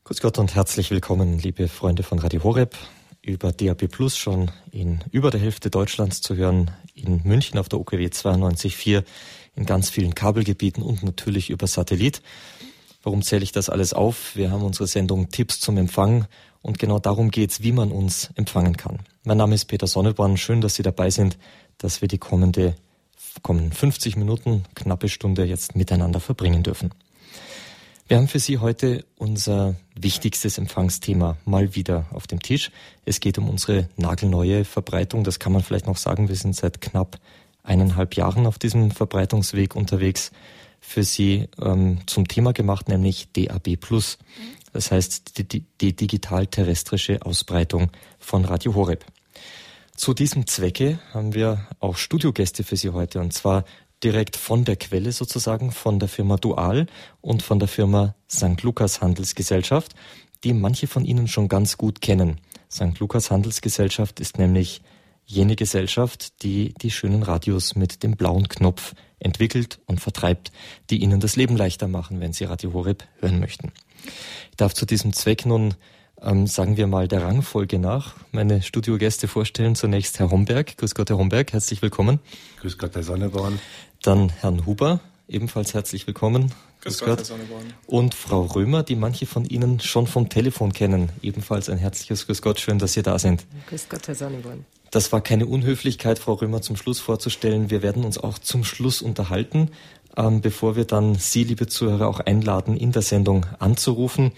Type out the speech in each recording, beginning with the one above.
Grüß Gott und herzlich willkommen, liebe Freunde von Radio Horeb, über DAB+ schon in über der Hälfte Deutschlands zu hören, in München auf der OKW 92.4, in ganz vielen Kabelgebieten und natürlich über Satellit. Warum zähle ich das alles auf? Wir haben unsere Sendung Tipps zum Empfang und genau darum geht's, wie man uns empfangen kann. Mein Name ist Peter Sonneborn, schön, dass Sie dabei sind, dass wir die kommenden 50 Minuten, knappe Stunde jetzt miteinander verbringen dürfen. Wir haben für Sie heute unser wichtigstes Empfangsthema mal wieder auf dem Tisch. Es geht um unsere nagelneue Verbreitung. Das kann man vielleicht noch sagen. Wir sind seit knapp 1,5 Jahren auf diesem Verbreitungsweg unterwegs. Für Sie zum Thema gemacht, nämlich DAB+. Das heißt die digital-terrestrische Ausbreitung von Radio Horeb. Zu diesem Zwecke haben wir auch Studiogäste für Sie heute, und zwar direkt von der Quelle sozusagen, von der Firma Dual und von der Firma St. Lukas Handelsgesellschaft, die manche von Ihnen schon ganz gut kennen. St. Lukas Handelsgesellschaft ist nämlich jene Gesellschaft, die die schönen Radios mit dem blauen Knopf entwickelt und vertreibt, die Ihnen das Leben leichter machen, wenn Sie Radio Horeb hören möchten. Ich darf zu diesem Zweck nun, sagen wir mal, der Rangfolge nach meine Studiogäste vorstellen. Zunächst Herr Homberg. Grüß Gott, Herr Homberg, herzlich willkommen. Grüß Gott, Herr Sonneborn. Dann Herrn Huber, ebenfalls herzlich willkommen. Grüß Gott, Herr Sonneborn. Und Frau Römer, die manche von Ihnen schon vom Telefon kennen. Ebenfalls ein herzliches Grüß Gott, schön, dass Sie da sind. Grüß Gott, Herr Sonneborn. Das war keine Unhöflichkeit, Frau Römer zum Schluss vorzustellen. Wir werden uns auch zum Schluss unterhalten, bevor wir dann Sie, liebe Zuhörer, auch einladen, in der Sendung anzurufen.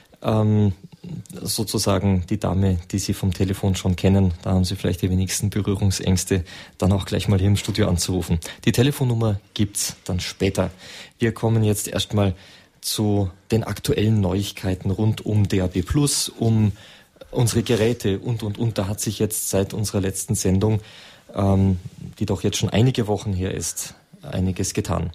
Sozusagen die Dame, die Sie vom Telefon schon kennen, da haben Sie vielleicht die wenigsten Berührungsängste, dann auch gleich mal hier im Studio anzurufen. Die Telefonnummer gibt's dann später. Wir kommen jetzt erstmal zu den aktuellen Neuigkeiten rund um DAB+, um unsere Geräte und. Da hat sich jetzt seit unserer letzten Sendung, die doch jetzt schon einige Wochen her ist, einiges getan.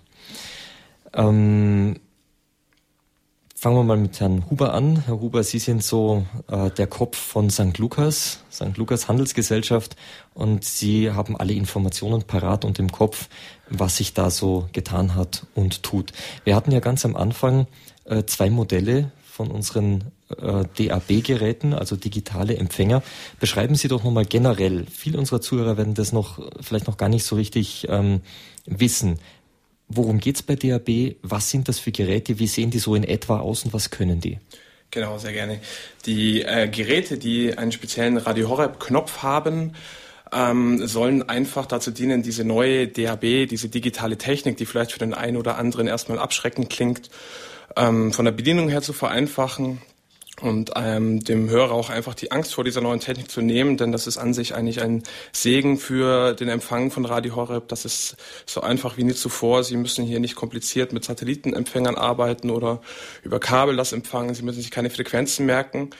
Fangen wir mal mit Herrn Huber an. Herr Huber, Sie sind so der Kopf von St. Lukas Handelsgesellschaft, und Sie haben alle Informationen parat und im Kopf, was sich da so getan hat und tut. Wir hatten ja ganz am Anfang 2 Modelle von unseren DAB-Geräten, also digitale Empfänger. Beschreiben Sie doch nochmal generell. Viele unserer Zuhörer werden das vielleicht noch gar nicht so richtig wissen. Worum geht's bei DAB? Was sind das für Geräte? Wie sehen die so in etwa aus und was können die? Genau, sehr gerne. Die Geräte, die einen speziellen Radio Horeb-Knopf haben, sollen einfach dazu dienen, diese neue DAB, diese digitale Technik, die vielleicht für den einen oder anderen erstmal abschreckend klingt, von der Bedienung her zu vereinfachen und dem Hörer auch einfach die Angst vor dieser neuen Technik zu nehmen, denn das ist an sich eigentlich ein Segen für den Empfang von Radio Horeb. Das ist so einfach wie nie zuvor. Sie müssen hier nicht kompliziert mit Satellitenempfängern arbeiten oder über Kabel das empfangen. Sie müssen sich keine Frequenzen merken.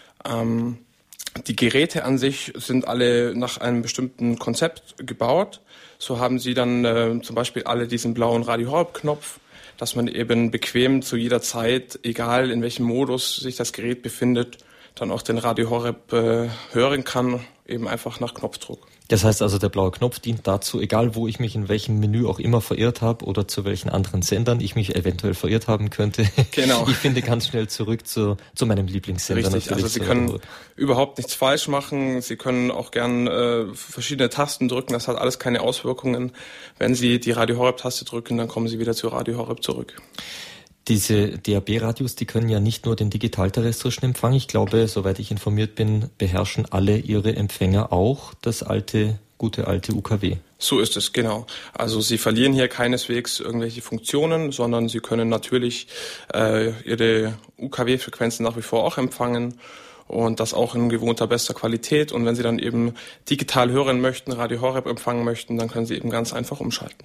Die Geräte an sich sind alle nach einem bestimmten Konzept gebaut. So haben Sie dann zum Beispiel alle diesen blauen Radio Horeb-Knopf, dass man eben bequem zu jeder Zeit, egal in welchem Modus sich das Gerät befindet, dann auch den Radio Horeb hören kann, eben einfach nach Knopfdruck. Das heißt also, der blaue Knopf dient dazu, egal wo ich mich in welchem Menü auch immer verirrt habe oder zu welchen anderen Sendern ich mich eventuell verirrt haben könnte. Genau. Ich finde ganz schnell zurück zu meinem Lieblingssender. Richtig, also Sie können überhaupt nichts falsch machen. Sie können auch gern verschiedene Tasten drücken. Das hat alles keine Auswirkungen. Wenn Sie die Radio Horeb-Taste drücken, dann kommen Sie wieder zu Radio Horeb zurück. Diese DAB-Radios, die können ja nicht nur den digital-terrestrischen Empfang. Ich glaube, soweit ich informiert bin, beherrschen alle ihre Empfänger auch das gute alte UKW. So ist es, genau. Also Sie verlieren hier keineswegs irgendwelche Funktionen, sondern Sie können natürlich Ihre UKW-Frequenzen nach wie vor auch empfangen und das auch in gewohnter bester Qualität. Und wenn Sie dann eben digital hören möchten, Radio Horeb empfangen möchten, dann können Sie eben ganz einfach umschalten.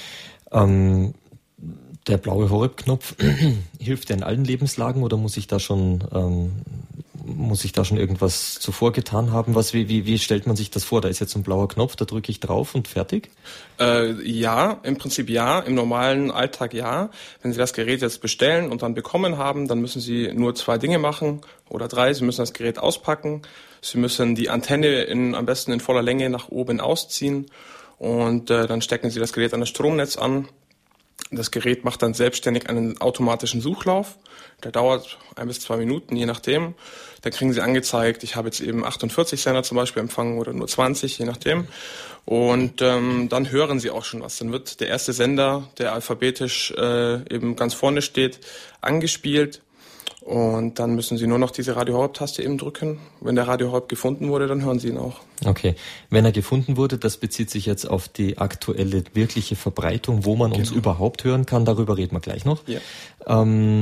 Der blaue Horeb-Knopf, hilft der in allen Lebenslagen oder muss ich da schon irgendwas zuvor getan haben? Wie stellt man sich das vor? Da ist jetzt ein blauer Knopf, da drücke ich drauf und fertig? Ja, im Prinzip ja, im normalen Alltag ja. Wenn Sie das Gerät jetzt bestellen und dann bekommen haben, dann müssen Sie nur 2 Dinge machen oder 3. Sie müssen das Gerät auspacken, Sie müssen die Antenne am besten in voller Länge nach oben ausziehen und dann stecken Sie das Gerät an das Stromnetz an. Das Gerät macht dann selbstständig einen automatischen Suchlauf. Der dauert 1 bis 2 Minuten, je nachdem. Dann kriegen Sie angezeigt, ich habe jetzt eben 48 Sender zum Beispiel empfangen oder nur 20, je nachdem. Und dann hören Sie auch schon was. Dann wird der erste Sender, der alphabetisch eben ganz vorne steht, angespielt. Und dann müssen Sie nur noch diese Radio Horeb-Taste eben drücken. Wenn der Radio Horeb gefunden wurde, dann hören Sie ihn auch. Okay. Wenn er gefunden wurde, das bezieht sich jetzt auf die aktuelle wirkliche Verbreitung, wo man uns überhaupt hören kann. Darüber reden wir gleich noch. Ja.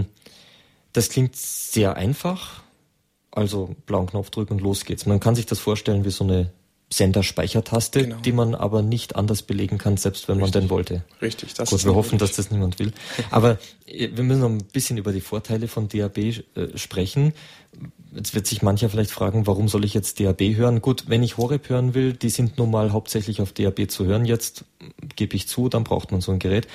Das klingt sehr einfach. Also blauen Knopf drücken und los geht's. Man kann sich das vorstellen wie so eine Senderspeichertaste, die man aber nicht anders belegen kann, selbst wenn man denn wollte. Richtig. Das Gut, wir hoffen, dass das niemand will. Aber wir müssen noch ein bisschen über die Vorteile von DAB sprechen. Jetzt wird sich mancher vielleicht fragen, warum soll ich jetzt DAB hören? Gut, wenn ich Horeb hören will, die sind nun mal hauptsächlich auf DAB zu hören. Jetzt gebe ich zu, dann braucht man so ein Gerät.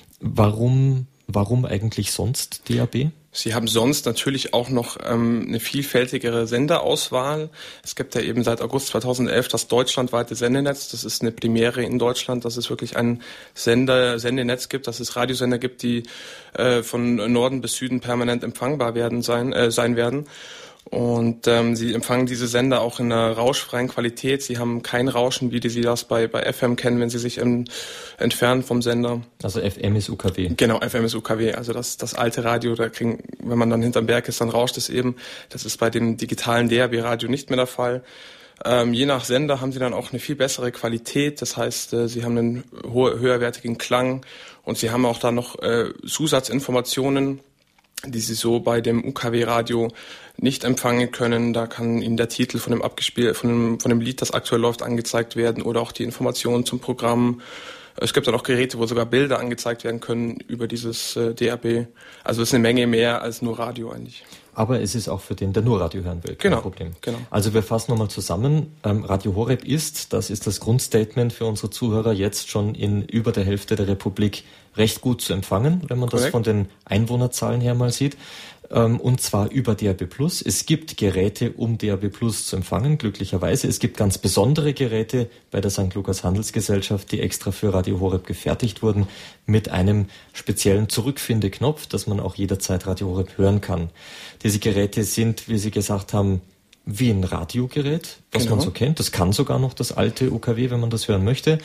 Warum eigentlich sonst DAB? Sie haben sonst natürlich auch noch eine vielfältigere Senderauswahl. Es gibt ja eben seit August 2011 das deutschlandweite Sendenetz. Das ist eine Premiere in Deutschland, dass es wirklich ein Sendenetz gibt, dass es Radiosender gibt, die von Norden bis Süden permanent empfangbar sein werden. Und sie empfangen diese Sender auch in einer rauschfreien Qualität. Sie haben kein Rauschen, wie Sie das bei FM kennen, wenn Sie sich entfernen vom Sender. Also FM ist UKW. Genau, FM ist UKW. Also das alte Radio, wenn man dann hinterm Berg ist, dann rauscht es eben. Das ist bei dem digitalen DAB-Radio nicht mehr der Fall. Je nach Sender haben Sie dann auch eine viel bessere Qualität. Das heißt, Sie haben einen höherwertigen Klang und Sie haben auch da noch Zusatzinformationen, die Sie so bei dem UKW-Radio nicht empfangen können. Da kann Ihnen der Titel von dem Lied, das aktuell läuft, angezeigt werden oder auch die Informationen zum Programm. Es gibt dann auch Geräte, wo sogar Bilder angezeigt werden können über dieses DAB. Also es ist eine Menge mehr als nur Radio eigentlich. Aber es ist auch für den, der nur Radio hören will, kein Problem. Genau. Also wir fassen nochmal zusammen. Radio Horeb das ist das Grundstatement für unsere Zuhörer, jetzt schon in über der Hälfte der Republik recht gut zu empfangen, wenn man das von den Einwohnerzahlen her mal sieht. Und zwar über DAB+. Es gibt Geräte, um DAB+ zu empfangen, glücklicherweise. Es gibt ganz besondere Geräte bei der St. Lukas Handelsgesellschaft, die extra für Radio Horeb gefertigt wurden, mit einem speziellen Zurückfindeknopf, dass man auch jederzeit Radio Horeb hören kann. Diese Geräte sind, wie Sie gesagt haben, wie ein Radiogerät, was man so kennt. Das kann sogar noch das alte UKW, wenn man das hören möchte.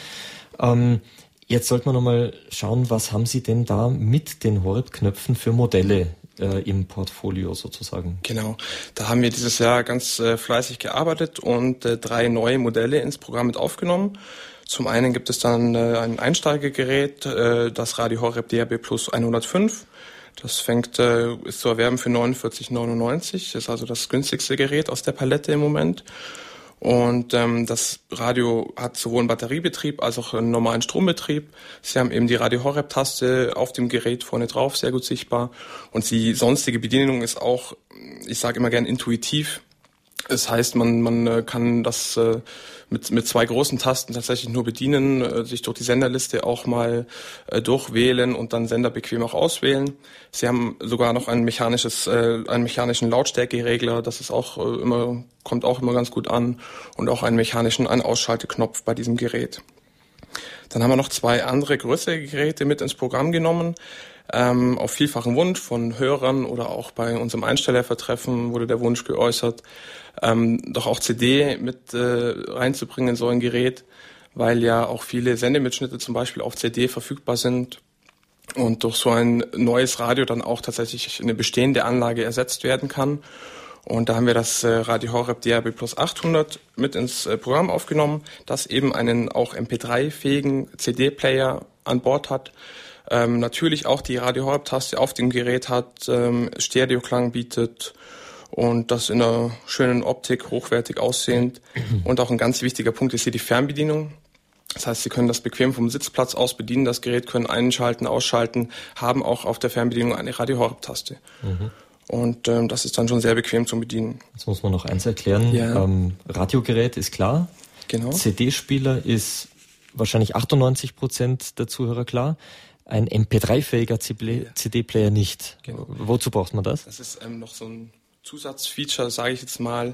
Jetzt sollte man nochmal schauen, was haben Sie denn da mit den Horeb-Knöpfen für Modelle im Portfolio sozusagen? Genau, da haben wir dieses Jahr ganz fleißig gearbeitet und 3 neue Modelle ins Programm mit aufgenommen. Zum einen gibt es dann ein Einsteigergerät, das Radio Horeb DAB Plus 105. Das ist zu erwerben für 49,99. Das ist also das günstigste Gerät aus der Palette im Moment. Und das Radio hat sowohl einen Batteriebetrieb als auch einen normalen Strombetrieb. Sie haben eben die Radio Horeb-Taste auf dem Gerät vorne drauf, sehr gut sichtbar. Und die sonstige Bedienung ist auch, ich sage immer gern, intuitiv. Das heißt, man kann das mit 2 großen Tasten tatsächlich nur bedienen, sich durch die Senderliste auch mal durchwählen und dann Sender bequem auch auswählen. Sie haben sogar noch einen mechanischen Lautstärkeregler, das ist kommt auch immer ganz gut an, und auch einen mechanischen An-Ausschalteknopf bei diesem Gerät. Dann haben wir noch 2 andere größere Geräte mit ins Programm genommen. Auf vielfachen Wunsch von Hörern oder auch bei unserem Einstellervertreffen wurde der Wunsch geäußert, doch auch CD mit reinzubringen, so ein Gerät, weil ja auch viele Sendemitschnitte zum Beispiel auf CD verfügbar sind und durch so ein neues Radio dann auch tatsächlich eine bestehende Anlage ersetzt werden kann. Und da haben wir das Radio Horeb DAB Plus 800 mit ins Programm aufgenommen, das eben einen auch MP3-fähigen CD-Player an Bord hat. Natürlich auch die Radio Horeb-Taste auf dem Gerät hat, Stereoklang bietet und das in einer schönen Optik, hochwertig aussehend. Und auch ein ganz wichtiger Punkt ist hier die Fernbedienung. Das heißt, Sie können das bequem vom Sitzplatz aus bedienen, das Gerät können einschalten, ausschalten, haben auch auf der Fernbedienung eine Radio Horeb-Taste. Und das ist dann schon sehr bequem zum Bedienen. Jetzt muss man noch eins erklären. Ja. Radiogerät ist klar. Genau. CD-Spieler ist wahrscheinlich 98% der Zuhörer klar. Ein MP3-fähiger CD-Player nicht. Genau. Wozu braucht man das? Das ist noch so ein Zusatzfeature, sage ich jetzt mal.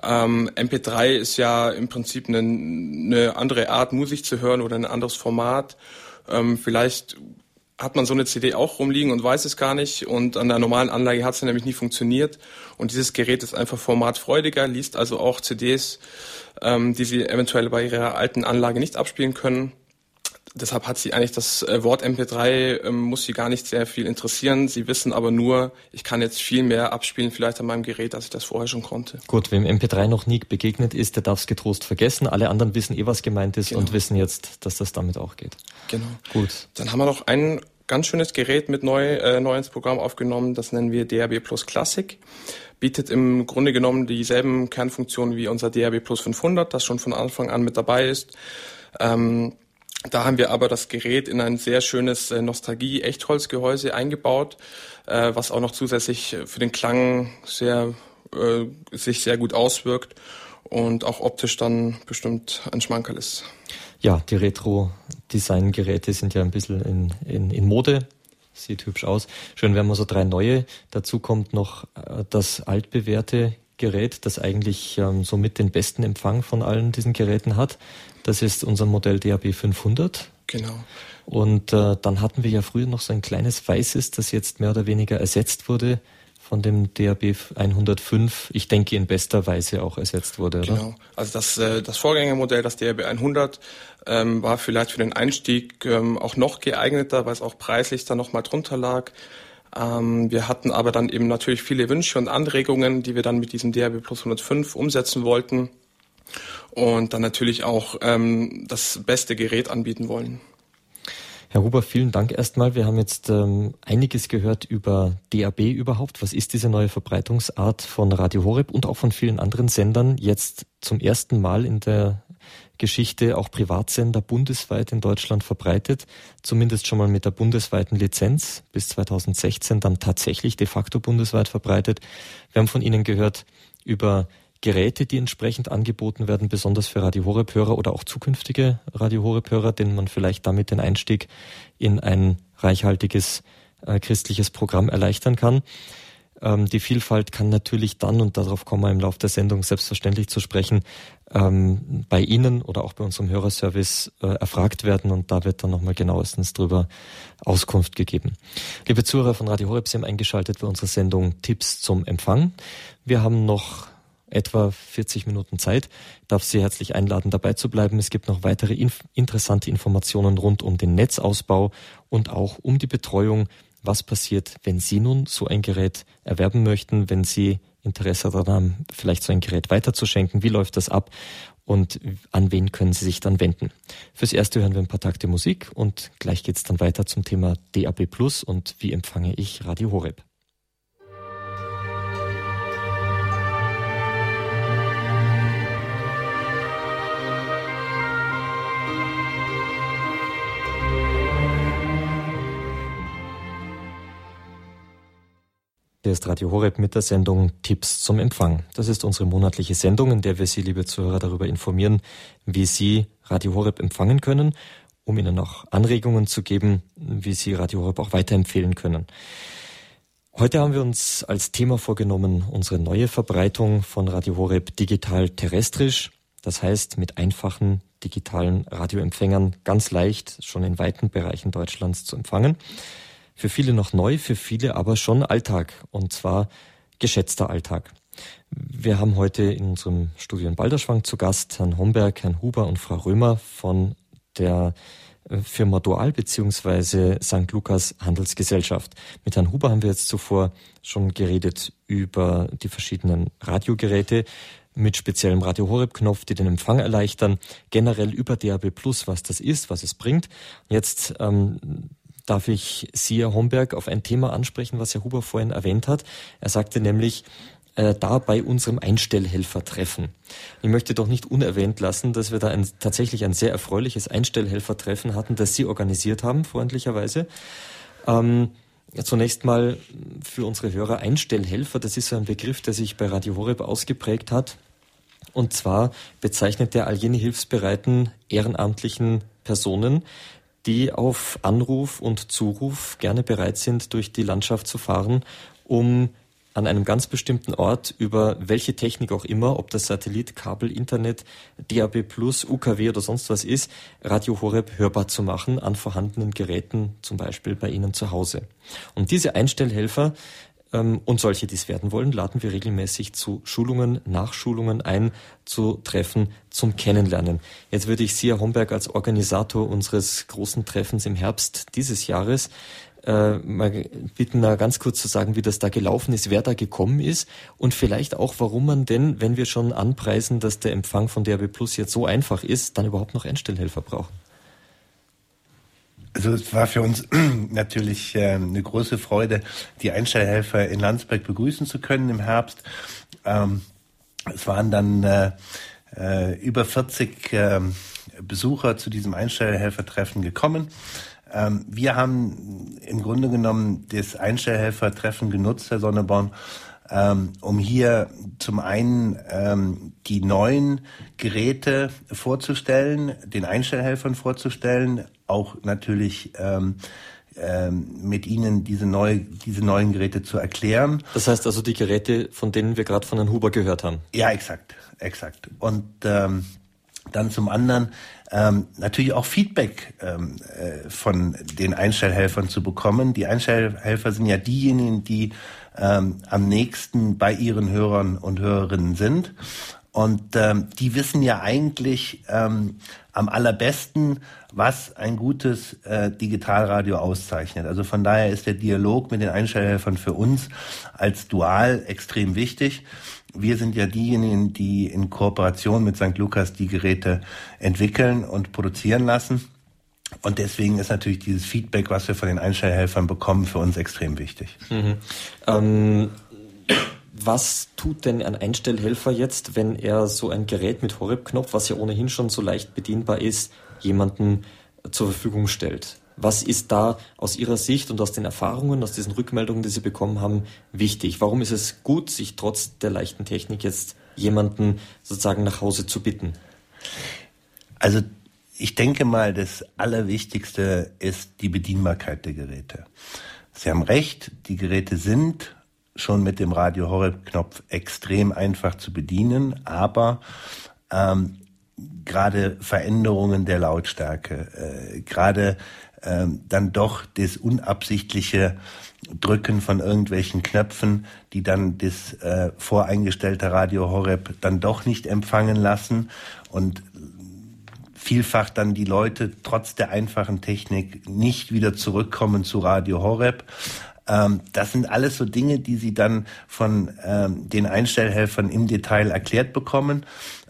MP3 ist ja im Prinzip eine andere Art, Musik zu hören oder ein anderes Format. Vielleicht hat man so eine CD auch rumliegen und weiß es gar nicht, und an der normalen Anlage hat es nämlich nie funktioniert, und dieses Gerät ist einfach formatfreudiger, liest also auch CDs, die Sie eventuell bei Ihrer alten Anlage nicht abspielen können. Deshalb hat Sie eigentlich das Wort MP3, muss Sie gar nicht sehr viel interessieren. Sie wissen aber nur, ich kann jetzt viel mehr abspielen vielleicht an meinem Gerät, als ich das vorher schon konnte. Gut, wem MP3 noch nie begegnet ist, der darf es getrost vergessen. Alle anderen wissen was gemeint ist, genau, und wissen jetzt, dass das damit auch geht. Genau. Gut. Dann haben wir noch ein ganz schönes Gerät mit neu ins Programm aufgenommen. Das nennen wir DAB Plus Classic. Bietet im Grunde genommen dieselben Kernfunktionen wie unser DAB Plus 500, das schon von Anfang an mit dabei ist. Da haben wir aber das Gerät in ein sehr schönes Nostalgie-Echtholzgehäuse eingebaut, was auch noch zusätzlich für den Klang sich sehr gut auswirkt und auch optisch dann bestimmt ein Schmankerl ist. Ja, die Retro-Design-Geräte sind ja ein bisschen in Mode. Sieht hübsch aus. Schön, wenn man so 3 neue. Dazu kommt noch das altbewährte Gerät, das eigentlich somit den besten Empfang von allen diesen Geräten hat. Das ist unser Modell DAB 500. Genau. Und dann hatten wir ja früher noch so ein kleines weißes, das jetzt mehr oder weniger ersetzt wurde von dem DAB 105, ich denke in bester Weise auch ersetzt wurde, oder? Genau. Also das Vorgängermodell, das DAB 100, war vielleicht für den Einstieg auch noch geeigneter, weil es auch preislich dann nochmal drunter lag. Wir hatten aber dann eben natürlich viele Wünsche und Anregungen, die wir dann mit diesem DAB Plus 105 umsetzen wollten und dann natürlich auch das beste Gerät anbieten wollen. Herr Huber, vielen Dank erstmal. Wir haben jetzt einiges gehört über DAB überhaupt. Was ist diese neue Verbreitungsart von Radio Horeb und auch von vielen anderen Sendern? Jetzt zum ersten Mal in der Geschichte auch Privatsender bundesweit in Deutschland verbreitet. Zumindest schon mal mit der bundesweiten Lizenz. Bis 2016 dann tatsächlich de facto bundesweit verbreitet. Wir haben von Ihnen gehört über Geräte, die entsprechend angeboten werden, besonders für Radio Horeb-Hörer oder auch zukünftige Radio Horeb-Hörer, denen man vielleicht damit den Einstieg in ein reichhaltiges christliches Programm erleichtern kann. Die Vielfalt kann natürlich dann, und darauf kommen wir im Laufe der Sendung selbstverständlich zu sprechen, bei Ihnen oder auch bei unserem Hörerservice erfragt werden, und da wird dann nochmal genauestens drüber Auskunft gegeben. Liebe Zuhörer von Radio Horeb, Sie haben eingeschaltet bei unserer Sendung Tipps zum Empfang. Wir haben noch etwa 40 Minuten Zeit. Ich darf Sie herzlich einladen, dabei zu bleiben. Es gibt noch weitere interessante Informationen rund um den Netzausbau und auch um die Betreuung. Was passiert, wenn Sie nun so ein Gerät erwerben möchten, wenn Sie Interesse daran haben, vielleicht so ein Gerät weiterzuschenken? Wie läuft das ab und an wen können Sie sich dann wenden? Fürs Erste hören wir ein paar Takte Musik und gleich geht es dann weiter zum Thema DAB Plus und wie empfange ich Radio Horeb. Hier ist Radio Horeb mit der Sendung Tipps zum Empfang. Das ist unsere monatliche Sendung, in der wir Sie, liebe Zuhörer, darüber informieren, wie Sie Radio Horeb empfangen können, um Ihnen auch Anregungen zu geben, wie Sie Radio Horeb auch weiterempfehlen können. Heute haben wir uns als Thema vorgenommen, unsere neue Verbreitung von Radio Horeb digital-terrestrisch. Das heißt, mit einfachen digitalen Radioempfängern ganz leicht schon in weiten Bereichen Deutschlands zu empfangen. Für viele noch neu, für viele aber schon Alltag, und zwar geschätzter Alltag. Wir haben heute in unserem Studio in Balderschwang zu Gast Herrn Homberg, Herrn Huber und Frau Römer von der Firma Dual bzw. St. Lukas Handelsgesellschaft. Mit Herrn Huber haben wir jetzt zuvor schon geredet über die verschiedenen Radiogeräte mit speziellem Radio Horeb-Knopf, die den Empfang erleichtern, generell über DAB Plus, was das ist, was es bringt. Jetzt darf ich Sie, Herr Homberg, auf ein Thema ansprechen, was Herr Huber vorhin erwähnt hat. Er sagte nämlich, da bei unserem Einstellhelfertreffen. Ich möchte doch nicht unerwähnt lassen, dass wir da tatsächlich ein sehr erfreuliches Einstellhelfertreffen hatten, das Sie organisiert haben, freundlicherweise. Zunächst mal für unsere Hörer Einstellhelfer, das ist so ein Begriff, der sich bei Radio Horeb ausgeprägt hat. Und zwar bezeichnet er all jene hilfsbereiten ehrenamtlichen Personen, die auf Anruf und Zuruf gerne bereit sind, durch die Landschaft zu fahren, um an einem ganz bestimmten Ort über welche Technik auch immer, ob das Satellit, Kabel, Internet, DAB+, UKW oder sonst was ist, Radio Horeb hörbar zu machen an vorhandenen Geräten, zum Beispiel bei Ihnen zu Hause. Und diese Einstellhelfer und solche, die es werden wollen, laden wir regelmäßig zu Schulungen, Nachschulungen ein, zu Treffen zum Kennenlernen. Jetzt würde ich Sie, Herr Homberg, als Organisator unseres großen Treffens im Herbst dieses Jahres mal bitten, ganz kurz zu sagen, wie das da gelaufen ist, wer da gekommen ist und vielleicht auch, warum man denn, wenn wir schon anpreisen, dass der Empfang von DAB+ jetzt so einfach ist, dann überhaupt noch Einstellhelfer brauchen. Also es war für uns natürlich eine große Freude, die Einstellhelfer in Landsberg begrüßen zu können im Herbst. Es waren dann über 40 Besucher zu diesem Einstellhelfertreffen gekommen. Wir haben im Grunde genommen das Einstellhelfertreffen genutzt, Herr Sonneborn, um hier zum einen die neuen Geräte vorzustellen, den Einstellhelfern vorzustellen, auch natürlich mit Ihnen diese neuen Geräte zu erklären. Das heißt also die Geräte, von denen wir gerade von Herrn Huber gehört haben? Ja, exakt. Und dann zum anderen natürlich auch Feedback von den Einstellhelfern zu bekommen. Die Einstellhelfer sind ja diejenigen, die am nächsten bei ihren Hörern und Hörerinnen sind. Und die wissen ja eigentlich am allerbesten, was ein gutes Digitalradio auszeichnet. Also von daher ist der Dialog mit den Einstellhelfern für uns als Dual extrem wichtig. Wir sind ja diejenigen, die in Kooperation mit St. Lukas die Geräte entwickeln und produzieren lassen. Und deswegen ist natürlich dieses Feedback, was wir von den Einstellhelfern bekommen, für uns extrem wichtig. Was tut denn ein Einstellhelfer jetzt, wenn er so ein Gerät mit Horeb-Knopf, was ja ohnehin schon so leicht bedienbar ist, jemandem zur Verfügung stellt? Was ist da aus Ihrer Sicht und aus den Erfahrungen, aus diesen Rückmeldungen, die Sie bekommen haben, wichtig? Warum ist es gut, sich trotz der leichten Technik jetzt jemanden sozusagen nach Hause zu bitten? Also ich denke mal, das Allerwichtigste ist die Bedienbarkeit der Geräte. Sie haben recht, die Geräte sind schon mit dem Radio Horeb-Knopf extrem einfach zu bedienen, aber gerade Veränderungen der Lautstärke, gerade dann doch das unabsichtliche Drücken von irgendwelchen Knöpfen, die dann das voreingestellte Radio Horeb dann doch nicht empfangen lassen und vielfach dann die Leute trotz der einfachen Technik nicht wieder zurückkommen zu Radio Horeb. Das sind alles so Dinge, die Sie dann von den Einstellhelfern im Detail erklärt bekommen.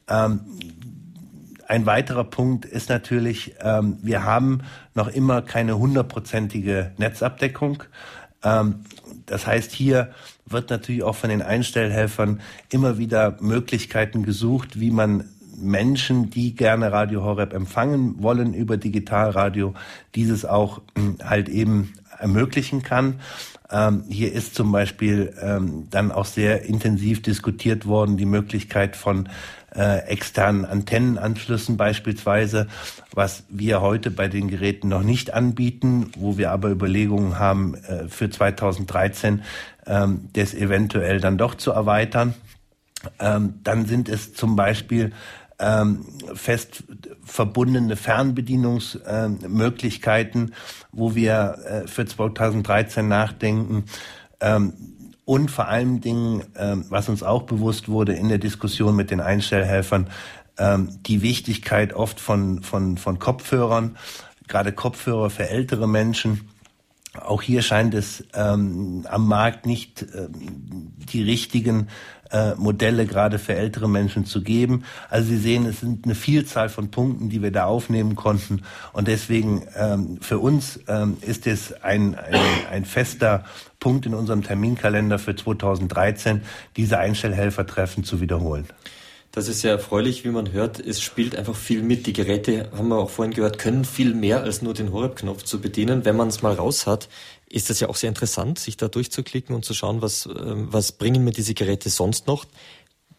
Ein weiterer Punkt ist natürlich, wir haben noch immer keine 100%ige Netzabdeckung. Das heißt, hier wird natürlich auch von den Einstellhelfern immer wieder Möglichkeiten gesucht, wie man Menschen, die gerne Radio Horeb empfangen wollen über Digitalradio, dieses auch halt eben ermöglichen kann. Hier ist zum Beispiel dann auch sehr intensiv diskutiert worden, die Möglichkeit von externen Antennenanschlüssen beispielsweise, was wir heute bei den Geräten noch nicht anbieten, wo wir aber Überlegungen haben, für 2013 das eventuell dann doch zu erweitern. Dann sind es zum Beispiel fest verbundene Fernbedienungsmöglichkeiten, wo wir für 2013 nachdenken. Und vor allen Dingen, was uns auch bewusst wurde in der Diskussion mit den Einstellhelfern, die Wichtigkeit oft von Kopfhörern, gerade Kopfhörer für ältere Menschen. Auch hier scheint es am Markt nicht die richtigen Modelle gerade für ältere Menschen zu geben. Also Sie sehen, es sind eine Vielzahl von Punkten, die wir da aufnehmen konnten. Und deswegen für uns ist es ein fester Punkt in unserem Terminkalender für 2013, diese Einstellhelfertreffen zu wiederholen. Das ist sehr erfreulich, wie man hört. Es spielt einfach viel mit. Die Geräte, haben wir auch vorhin gehört, können viel mehr als nur den Horeb-Knopf zu bedienen. Wenn man es mal raus hat, ist das ja auch sehr interessant, sich da durchzuklicken und zu schauen, was bringen mir diese Geräte sonst noch.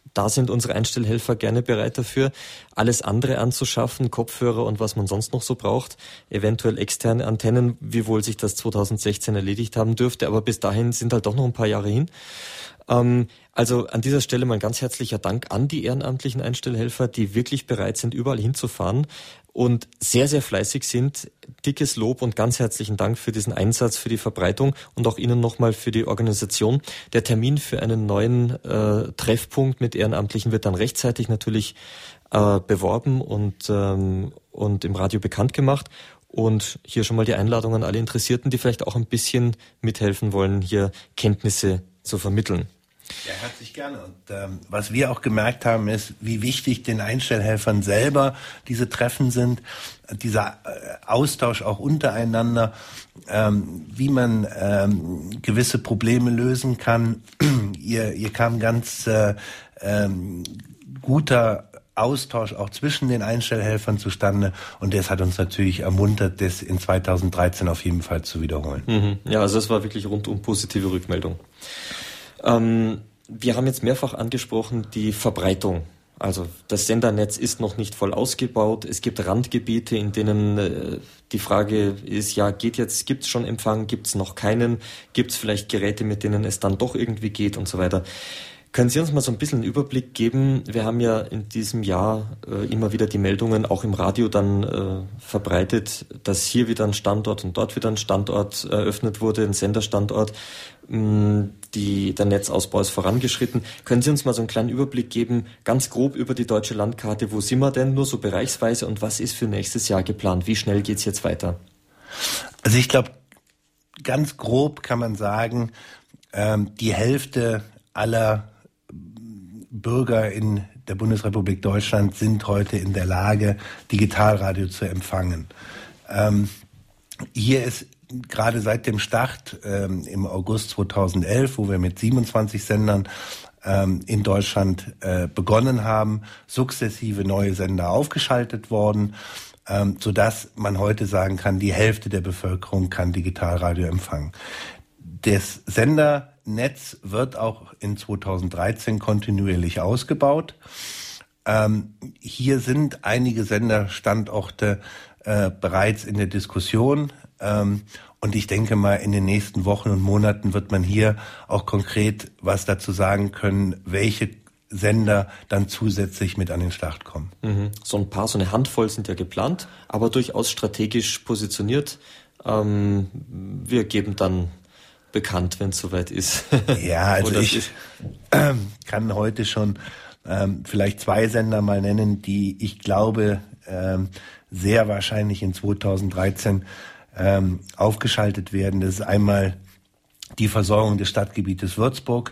da sind unsere Einstellhelfer gerne bereit dafür, alles andere anzuschaffen, Kopfhörer und was man sonst noch so braucht, eventuell externe Antennen, wiewohl sich das 2016 erledigt haben dürfte, aber bis dahin sind halt doch noch ein paar Jahre hin. Also an dieser Stelle mal ein ganz herzlicher Dank an die ehrenamtlichen Einstellhelfer, die wirklich bereit sind, überall hinzufahren und sehr, sehr fleißig sind. Dickes Lob und ganz herzlichen Dank für diesen Einsatz, für die Verbreitung und auch Ihnen nochmal für die Organisation. Der Termin für einen neuen Treffpunkt mit Ehrenamtlichen wird dann rechtzeitig natürlich beworben und im Radio bekannt gemacht. Und hier schon mal die Einladung an alle Interessierten, die vielleicht auch ein bisschen mithelfen wollen, hier Kenntnisse zu vermitteln. Ja, herzlich gerne. Und was wir auch gemerkt haben, ist, wie wichtig den Einstellhelfern selber diese Treffen sind, dieser Austausch auch untereinander, wie man gewisse Probleme lösen kann. Hier kam ganz guter Austausch auch zwischen den Einstellhelfern zustande und das hat uns natürlich ermuntert, das in 2013 auf jeden Fall zu wiederholen. Ja, also es war wirklich rundum positive Rückmeldung. Wir haben jetzt mehrfach angesprochen die Verbreitung. Also das Sendernetz ist noch nicht voll ausgebaut. Es gibt Randgebiete, in denen die Frage ist, ja, gibt's schon Empfang, gibt's noch keinen, gibt's vielleicht Geräte, mit denen es dann doch irgendwie geht und so weiter. Können Sie uns mal so ein bisschen einen Überblick geben? Wir haben ja in diesem Jahr immer wieder die Meldungen auch im Radio dann verbreitet, dass hier wieder ein Standort und dort wieder ein Standort eröffnet wurde, ein Senderstandort. Der Netzausbau ist vorangeschritten. Können Sie uns mal so einen kleinen Überblick geben, ganz grob über die deutsche Landkarte? Wo sind wir denn? Nur so bereichsweise und was ist für nächstes Jahr geplant? Wie schnell geht's jetzt weiter? Also ich glaube, ganz grob kann man sagen, die Hälfte aller Bürger in der Bundesrepublik Deutschland sind heute in der Lage, Digitalradio zu empfangen. Hier ist gerade seit dem Start im August 2011, wo wir mit 27 Sendern in Deutschland begonnen haben, sukzessive neue Sender aufgeschaltet worden, sodass man heute sagen kann, die Hälfte der Bevölkerung kann Digitalradio empfangen. Das Sendernetz wird auch in 2013 kontinuierlich ausgebaut. Hier sind einige Senderstandorte bereits in der Diskussion. Und ich denke mal, in den nächsten Wochen und Monaten wird man hier auch konkret was dazu sagen können, welche Sender dann zusätzlich mit an den Start kommen. So eine Handvoll sind ja geplant, aber durchaus strategisch positioniert. Wir geben dann bekannt, wenn es soweit ist. Ja, also ich kann heute schon vielleicht 2 Sender mal nennen, die ich glaube sehr wahrscheinlich in 2013 aufgeschaltet werden. Das ist einmal die Versorgung des Stadtgebietes Würzburg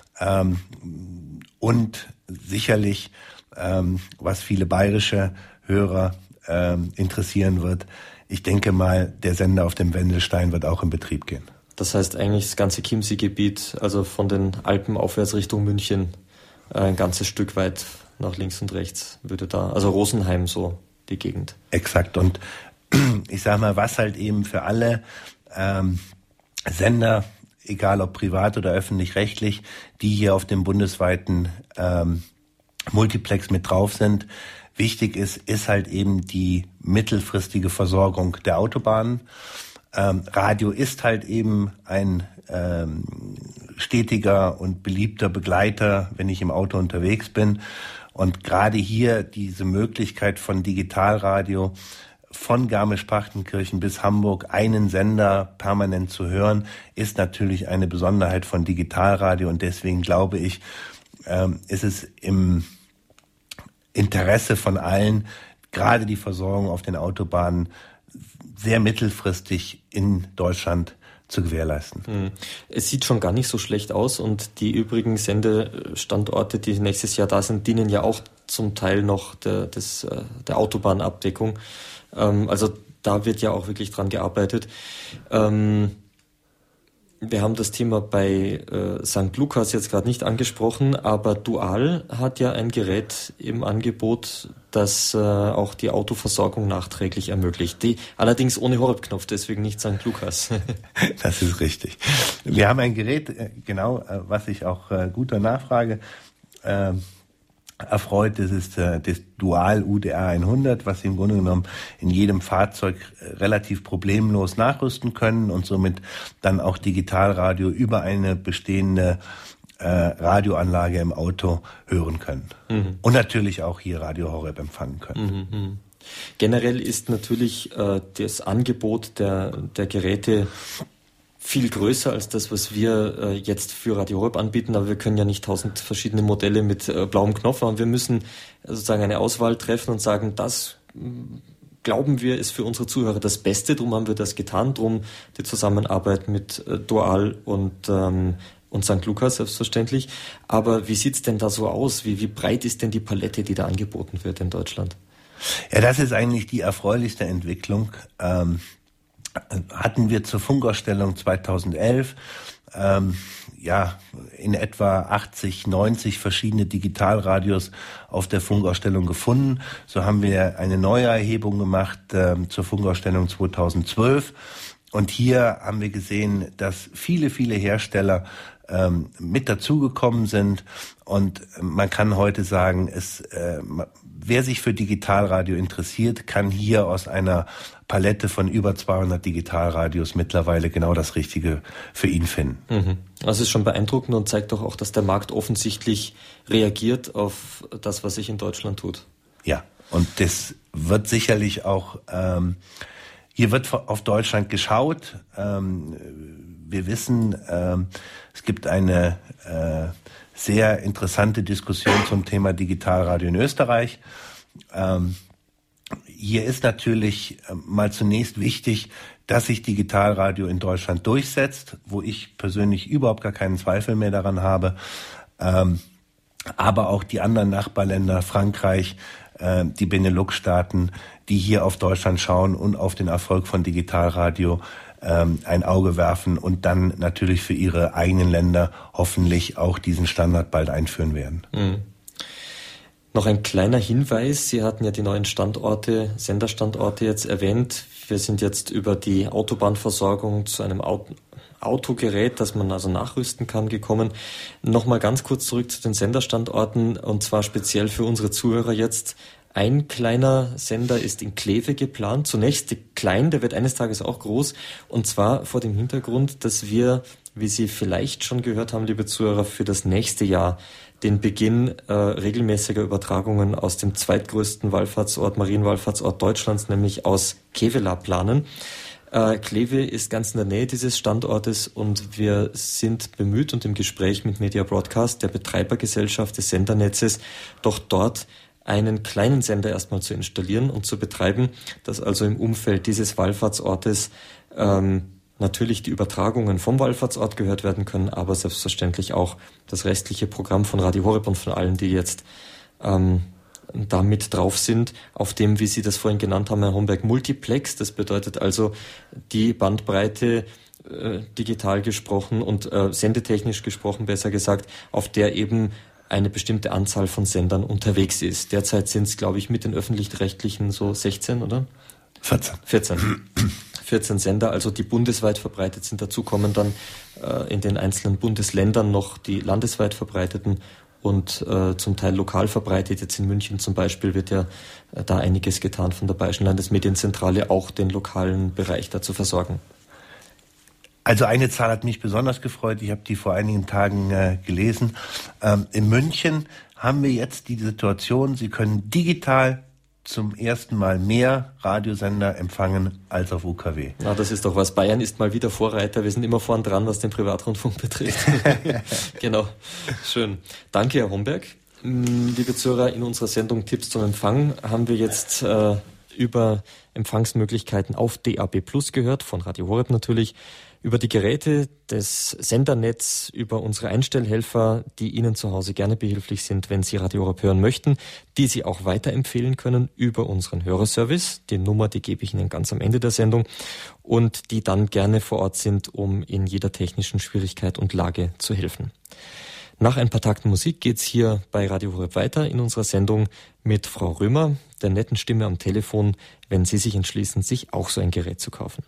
und sicherlich, was viele bayerische Hörer interessieren wird, ich denke mal, der Sender auf dem Wendelstein wird auch in Betrieb gehen. Das heißt eigentlich das ganze Chiemsee-Gebiet, also von den Alpen aufwärts Richtung München, ein ganzes Stück weit nach links und rechts würde da, also Rosenheim so die Gegend. Exakt. Und ich sage mal, was halt eben für alle Sender, egal ob privat oder öffentlich-rechtlich, die hier auf dem bundesweiten Multiplex mit drauf sind, wichtig ist halt eben die mittelfristige Versorgung der Autobahnen. Radio ist halt eben ein stetiger und beliebter Begleiter, wenn ich im Auto unterwegs bin. Und gerade hier diese Möglichkeit von Digitalradio von Garmisch-Partenkirchen bis Hamburg einen Sender permanent zu hören, ist natürlich eine Besonderheit von Digitalradio. Und deswegen glaube ich, ist es im Interesse von allen, gerade die Versorgung auf den Autobahnen sehr mittelfristig in Deutschland zu gewährleisten. Es sieht schon gar nicht so schlecht aus und die übrigen Sendestandorte, die nächstes Jahr da sind, dienen ja auch zum Teil noch der Autobahnabdeckung. Also da wird ja auch wirklich dran gearbeitet. Wir haben das Thema bei St. Lukas jetzt gerade nicht angesprochen, aber Dual hat ja ein Gerät im Angebot, das auch die Autoversorgung nachträglich ermöglicht. Allerdings ohne Horeb-Knopf, deswegen nicht St. Lukas. Das ist richtig. Wir haben ein Gerät, was ich auch guter Nachfrage erfreut. Das ist das Dual UDR 100, was Sie im Grunde genommen in jedem Fahrzeug relativ problemlos nachrüsten können und somit dann auch Digitalradio über eine bestehende Radioanlage im Auto hören können. Und natürlich auch hier Radio Horeb empfangen können. Generell ist natürlich das Angebot der Geräte viel größer als das, was wir jetzt für Radio Horeb anbieten, aber wir können ja nicht 1000 verschiedene Modelle mit blauem Knopf haben. Wir müssen sozusagen eine Auswahl treffen und sagen, das glauben wir, ist für unsere Zuhörer das Beste. Darum haben wir das getan. Darum die Zusammenarbeit mit Dual und St. Lukas selbstverständlich. Aber wie sieht's denn da so aus? Wie breit ist denn die Palette, die da angeboten wird in Deutschland? Ja, das ist eigentlich die erfreulichste Entwicklung. Hatten wir zur Funkausstellung 2011 in etwa 80, 90 verschiedene Digitalradios auf der Funkausstellung gefunden. So haben wir eine neue Erhebung gemacht zur Funkausstellung 2012. Und hier haben wir gesehen, dass viele, viele Hersteller mit dazugekommen sind. Und man kann heute sagen, wer sich für Digitalradio interessiert, kann hier aus einer Palette von über 200 Digitalradios mittlerweile genau das Richtige für ihn finden. Das ist schon beeindruckend und zeigt doch auch, dass der Markt offensichtlich reagiert auf das, was sich in Deutschland tut. Ja, und das wird sicherlich auch, hier wird auf Deutschland geschaut. Wir wissen, es gibt eine sehr interessante Diskussion zum Thema Digitalradio in Österreich. Hier ist natürlich mal zunächst wichtig, dass sich Digitalradio in Deutschland durchsetzt, wo ich persönlich überhaupt gar keinen Zweifel mehr daran habe. Aber auch die anderen Nachbarländer, Frankreich, die Benelux-Staaten, die hier auf Deutschland schauen und auf den Erfolg von Digitalradio ein Auge werfen und dann natürlich für ihre eigenen Länder hoffentlich auch diesen Standard bald einführen werden. Noch ein kleiner Hinweis, Sie hatten ja die neuen Senderstandorte jetzt erwähnt. Wir sind jetzt über die Autobahnversorgung zu einem Autogerät, das man also nachrüsten kann, gekommen. Nochmal ganz kurz zurück zu den Senderstandorten und zwar speziell für unsere Zuhörer jetzt. Ein kleiner Sender ist in Kleve geplant. Zunächst klein, der wird eines Tages auch groß. Und zwar vor dem Hintergrund, dass wir, wie Sie vielleicht schon gehört haben, liebe Zuhörer, für das nächste Jahr den Beginn regelmäßiger Übertragungen aus dem zweitgrößten Marienwallfahrtsort Deutschlands, nämlich aus Kevela planen. Kleve ist ganz in der Nähe dieses Standortes und wir sind bemüht und im Gespräch mit Media Broadcast, der Betreibergesellschaft des Sendernetzes, doch dort einen kleinen Sender erstmal zu installieren und zu betreiben, dass also im Umfeld dieses Wallfahrtsortes natürlich die Übertragungen vom Wallfahrtsort gehört werden können, aber selbstverständlich auch das restliche Programm von Radio Horeb und von allen, die jetzt da mit drauf sind, auf dem, wie Sie das vorhin genannt haben, Herr Homberg, Multiplex. Das bedeutet also die Bandbreite, digital gesprochen und sendetechnisch gesprochen, besser gesagt, auf der eben eine bestimmte Anzahl von Sendern unterwegs ist. Derzeit sind es, glaube ich, mit den öffentlich-rechtlichen so 16, oder? 14 Sender, also die bundesweit verbreitet sind. Dazu kommen dann in den einzelnen Bundesländern noch die landesweit verbreiteten und zum Teil lokal verbreitet. Jetzt in München zum Beispiel wird ja da einiges getan von der Bayerischen Landesmedienzentrale, auch den lokalen Bereich da zu versorgen. Also eine Zahl hat mich besonders gefreut, ich habe die vor einigen Tagen gelesen. In München haben wir jetzt die Situation, Sie können digital zum ersten Mal mehr Radiosender empfangen als auf UKW. Na, das ist doch was. Bayern ist mal wieder Vorreiter. Wir sind immer vorn dran, was den Privatrundfunk betrifft. Genau. Schön. Danke, Herr Homberg. Liebe Zuhörer, in unserer Sendung Tipps zum Empfang haben wir jetzt über Empfangsmöglichkeiten auf DAB+ gehört, von Radio Horeb natürlich, über die Geräte, das Sendernetz, über unsere Einstellhelfer, die Ihnen zu Hause gerne behilflich sind, wenn Sie Radio Horeb hören möchten, die Sie auch weiterempfehlen können über unseren Hörerservice. Die Nummer, die gebe ich Ihnen ganz am Ende der Sendung und die dann gerne vor Ort sind, um in jeder technischen Schwierigkeit und Lage zu helfen. Nach ein paar Takten Musik geht's hier bei Radio Horeb weiter in unserer Sendung mit Frau Römer, der netten Stimme am Telefon, wenn Sie sich entschließen, sich auch so ein Gerät zu kaufen.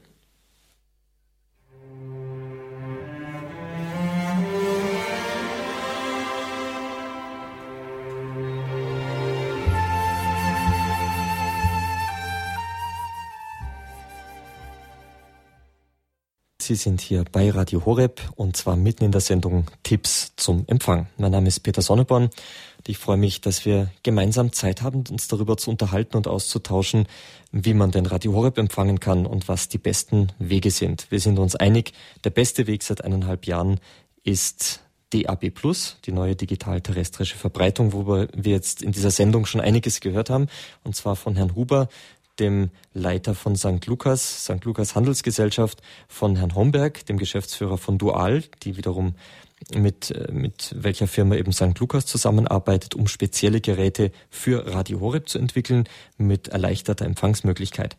Sie sind hier bei Radio Horeb und zwar mitten in der Sendung Tipps zum Empfang. Mein Name ist Peter Sonneborn und ich freue mich, dass wir gemeinsam Zeit haben, uns darüber zu unterhalten und auszutauschen, wie man den Radio Horeb empfangen kann und was die besten Wege sind. Wir sind uns einig, der beste Weg seit 1,5 Jahren ist DAB+, die neue digital-terrestrische Verbreitung, worüber wir jetzt in dieser Sendung schon einiges gehört haben, und zwar von Herrn Huber, dem Leiter von St. Lukas Handelsgesellschaft, von Herrn Homberg, dem Geschäftsführer von Dual, die wiederum mit welcher Firma eben St. Lukas zusammenarbeitet, um spezielle Geräte für Radio Horeb zu entwickeln, mit erleichterter Empfangsmöglichkeit.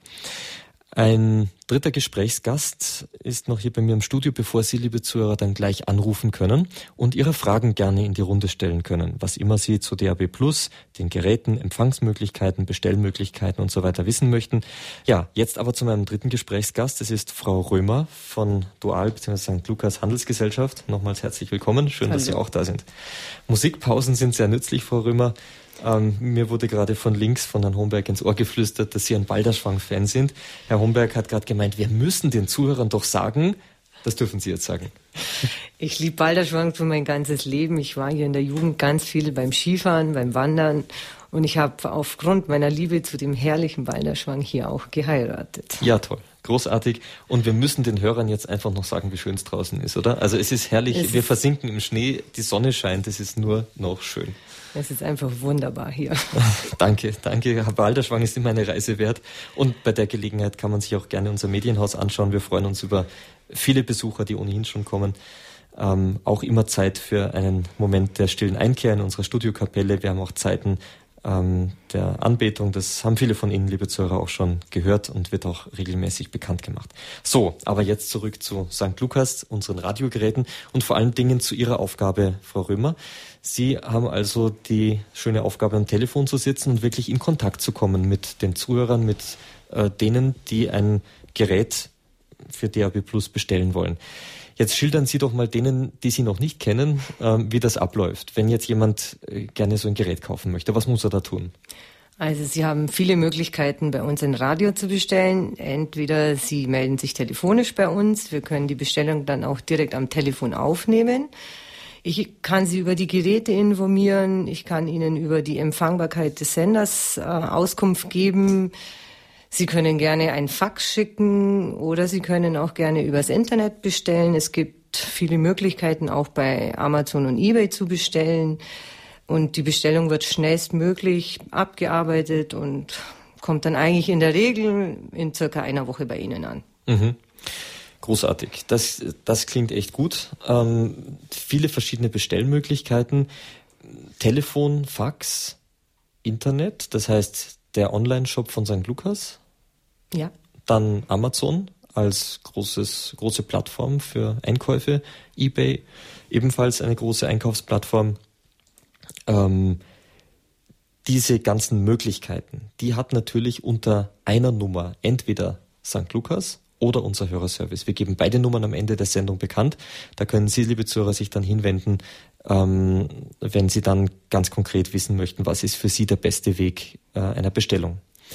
Ein dritter Gesprächsgast ist noch hier bei mir im Studio, bevor Sie, liebe Zuhörer, dann gleich anrufen können und Ihre Fragen gerne in die Runde stellen können, was immer Sie zu DAB+, den Geräten, Empfangsmöglichkeiten, Bestellmöglichkeiten und so weiter wissen möchten. Ja, jetzt aber zu meinem dritten Gesprächsgast. Das ist Frau Römer von Dual bzw. St. Lukas Handelsgesellschaft. Nochmals herzlich willkommen. Schön, Hallo. Dass Sie auch da sind. Musikpausen sind sehr nützlich, Frau Römer. Mir wurde gerade von links von Herrn Homberg ins Ohr geflüstert, dass Sie ein Balderschwang-Fan sind. Herr Homberg hat gerade gemeint, wir müssen den Zuhörern doch sagen, das dürfen Sie jetzt sagen. Ich liebe Balderschwang für mein ganzes Leben. Ich war hier in der Jugend ganz viel beim Skifahren, beim Wandern und ich habe aufgrund meiner Liebe zu dem herrlichen Balderschwang hier auch geheiratet. Ja, toll. Großartig. Und wir müssen den Hörern jetzt einfach noch sagen, wie schön es draußen ist, oder? Also es ist herrlich, wir versinken im Schnee, die Sonne scheint, es ist nur noch schön. Es ist einfach wunderbar hier. Danke. Herr Balderschwang ist immer eine Reise wert. Und bei der Gelegenheit kann man sich auch gerne unser Medienhaus anschauen. Wir freuen uns über viele Besucher, die ohnehin schon kommen. Auch immer Zeit für einen Moment der stillen Einkehr in unserer Studiokapelle. Wir haben auch Zeiten der Anbetung. Das haben viele von Ihnen, liebe Zuhörer, auch schon gehört und wird auch regelmäßig bekannt gemacht. So, aber jetzt zurück zu St. Lukas, unseren Radiogeräten und vor allen Dingen zu Ihrer Aufgabe, Frau Römer. Sie haben also die schöne Aufgabe, am Telefon zu sitzen und wirklich in Kontakt zu kommen mit den Zuhörern, mit denen, die ein Gerät für DAB+ bestellen wollen. Jetzt schildern Sie doch mal denen, die Sie noch nicht kennen, wie das abläuft. Wenn jetzt jemand gerne so ein Gerät kaufen möchte, was muss er da tun? Also Sie haben viele Möglichkeiten, bei uns ein Radio zu bestellen. Entweder Sie melden sich telefonisch bei uns. Wir können die Bestellung dann auch direkt am Telefon aufnehmen. Ich kann Sie über die Geräte informieren. Ich kann Ihnen über die Empfangbarkeit des Senders Auskunft geben. Sie können gerne ein Fax schicken oder Sie können auch gerne übers Internet bestellen. Es gibt viele Möglichkeiten, auch bei Amazon und eBay zu bestellen. Und die Bestellung wird schnellstmöglich abgearbeitet und kommt dann eigentlich in der Regel in circa einer Woche bei Ihnen an. Mhm. Großartig. Das klingt echt gut. Viele verschiedene Bestellmöglichkeiten. Telefon, Fax, Internet, das heißt der Online-Shop von St. Lukas. Ja. Dann Amazon als große Plattform für Einkäufe. eBay, ebenfalls eine große Einkaufsplattform. Diese ganzen Möglichkeiten, die hat natürlich unter einer Nummer entweder St. Lukas oder unser Hörerservice. Wir geben beide Nummern am Ende der Sendung bekannt. Da können Sie, liebe Zuhörer, sich dann hinwenden, wenn Sie dann ganz konkret wissen möchten, was ist für Sie der beste Weg einer Bestellung.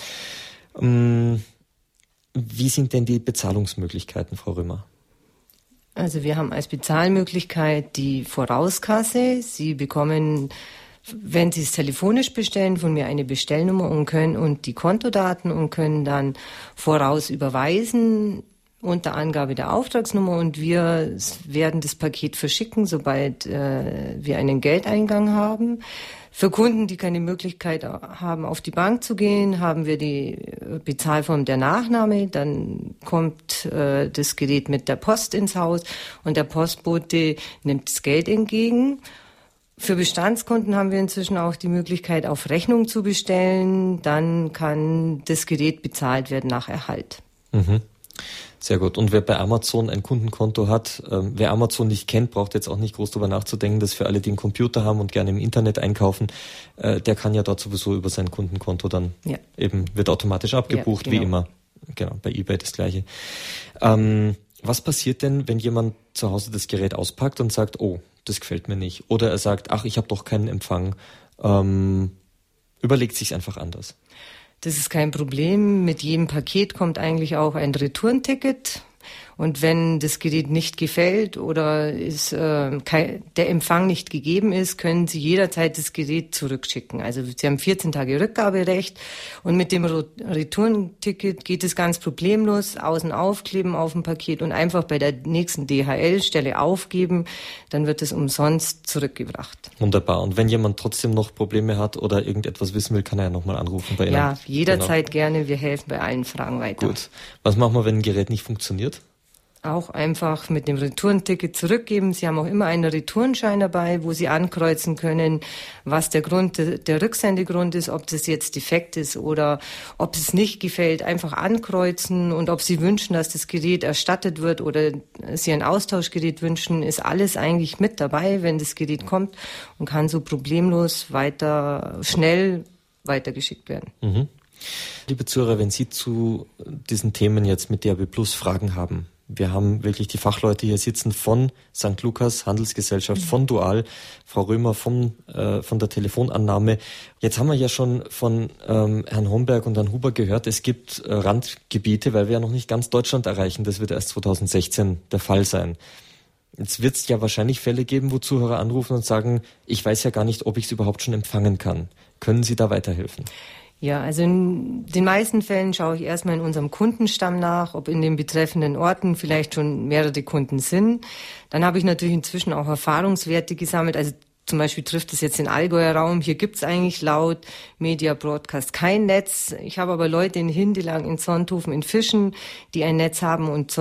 Wie sind denn die Bezahlungsmöglichkeiten, Frau Römer? Also wir haben als Bezahlmöglichkeit die Vorauskasse. Sie bekommen, wenn Sie es telefonisch bestellen, von mir eine Bestellnummer und die Kontodaten und können dann voraus überweisen unter Angabe der Auftragsnummer und wir werden das Paket verschicken, sobald wir einen Geldeingang haben. Für Kunden, die keine Möglichkeit haben, auf die Bank zu gehen, haben wir die Bezahlform der Nachnahme. Dann kommt das Gerät mit der Post ins Haus und der Postbote nimmt das Geld entgegen. Für Bestandskunden haben wir inzwischen auch die Möglichkeit, auf Rechnung zu bestellen. Dann kann das Gerät bezahlt werden nach Erhalt. Mhm. Sehr gut. Und wer bei Amazon ein Kundenkonto hat, wer Amazon nicht kennt, braucht jetzt auch nicht groß darüber nachzudenken, dass für alle, die einen Computer haben und gerne im Internet einkaufen, der kann ja dort sowieso über sein Kundenkonto dann eben, wird automatisch abgebucht, wie immer. Genau, bei eBay das Gleiche. Was passiert denn, wenn jemand zu Hause das Gerät auspackt und sagt, oh, das gefällt mir nicht? Oder er sagt, ach, ich habe doch keinen Empfang. Überlegt sich's einfach anders. Das ist kein Problem. Mit jedem Paket kommt eigentlich auch ein Retouren-Ticket. Und wenn das Gerät nicht gefällt oder der Empfang nicht gegeben ist, können Sie jederzeit das Gerät zurückschicken. Also Sie haben 14 Tage Rückgaberecht und mit dem Retourenticket geht es ganz problemlos. Außen aufkleben auf dem Paket und einfach bei der nächsten DHL-Stelle aufgeben, dann wird es umsonst zurückgebracht. Wunderbar. Und wenn jemand trotzdem noch Probleme hat oder irgendetwas wissen will, kann er ja nochmal anrufen bei Ihnen. Ja, jederzeit gerne. Wir helfen bei allen Fragen weiter. Gut. Was machen wir, wenn ein Gerät nicht funktioniert? Auch einfach mit dem Retourenticket zurückgeben. Sie haben auch immer einen Retourenschein dabei, wo Sie ankreuzen können, was der Rücksendegrund ist, ob das jetzt defekt ist oder ob es nicht gefällt. Einfach ankreuzen und ob Sie wünschen, dass das Gerät erstattet wird oder Sie ein Austauschgerät wünschen, ist alles eigentlich mit dabei, wenn das Gerät kommt und kann so problemlos schnell weitergeschickt werden. Mhm. Liebe Zuhörer, wenn Sie zu diesen Themen jetzt mit DAB+ Fragen haben, wir haben wirklich die Fachleute hier sitzen von St. Lukas Handelsgesellschaft, von Dual, Frau Römer von der Telefonannahme. Jetzt haben wir ja schon von Herrn Homberg und Herrn Huber gehört, es gibt Randgebiete, weil wir ja noch nicht ganz Deutschland erreichen. Das wird erst 2016 der Fall sein. Jetzt wird es ja wahrscheinlich Fälle geben, wo Zuhörer anrufen und sagen, ich weiß ja gar nicht, ob ich es überhaupt schon empfangen kann. Können Sie da weiterhelfen? Ja, also in den meisten Fällen schaue ich erstmal in unserem Kundenstamm nach, ob in den betreffenden Orten vielleicht schon mehrere Kunden sind. Dann habe ich natürlich inzwischen auch Erfahrungswerte gesammelt. Also zum Beispiel trifft es jetzt den Allgäuer Raum. Hier gibt es eigentlich laut Media Broadcast kein Netz. Ich habe aber Leute in Hindelang, in Sonthofen, in Fischen, die ein Netz haben und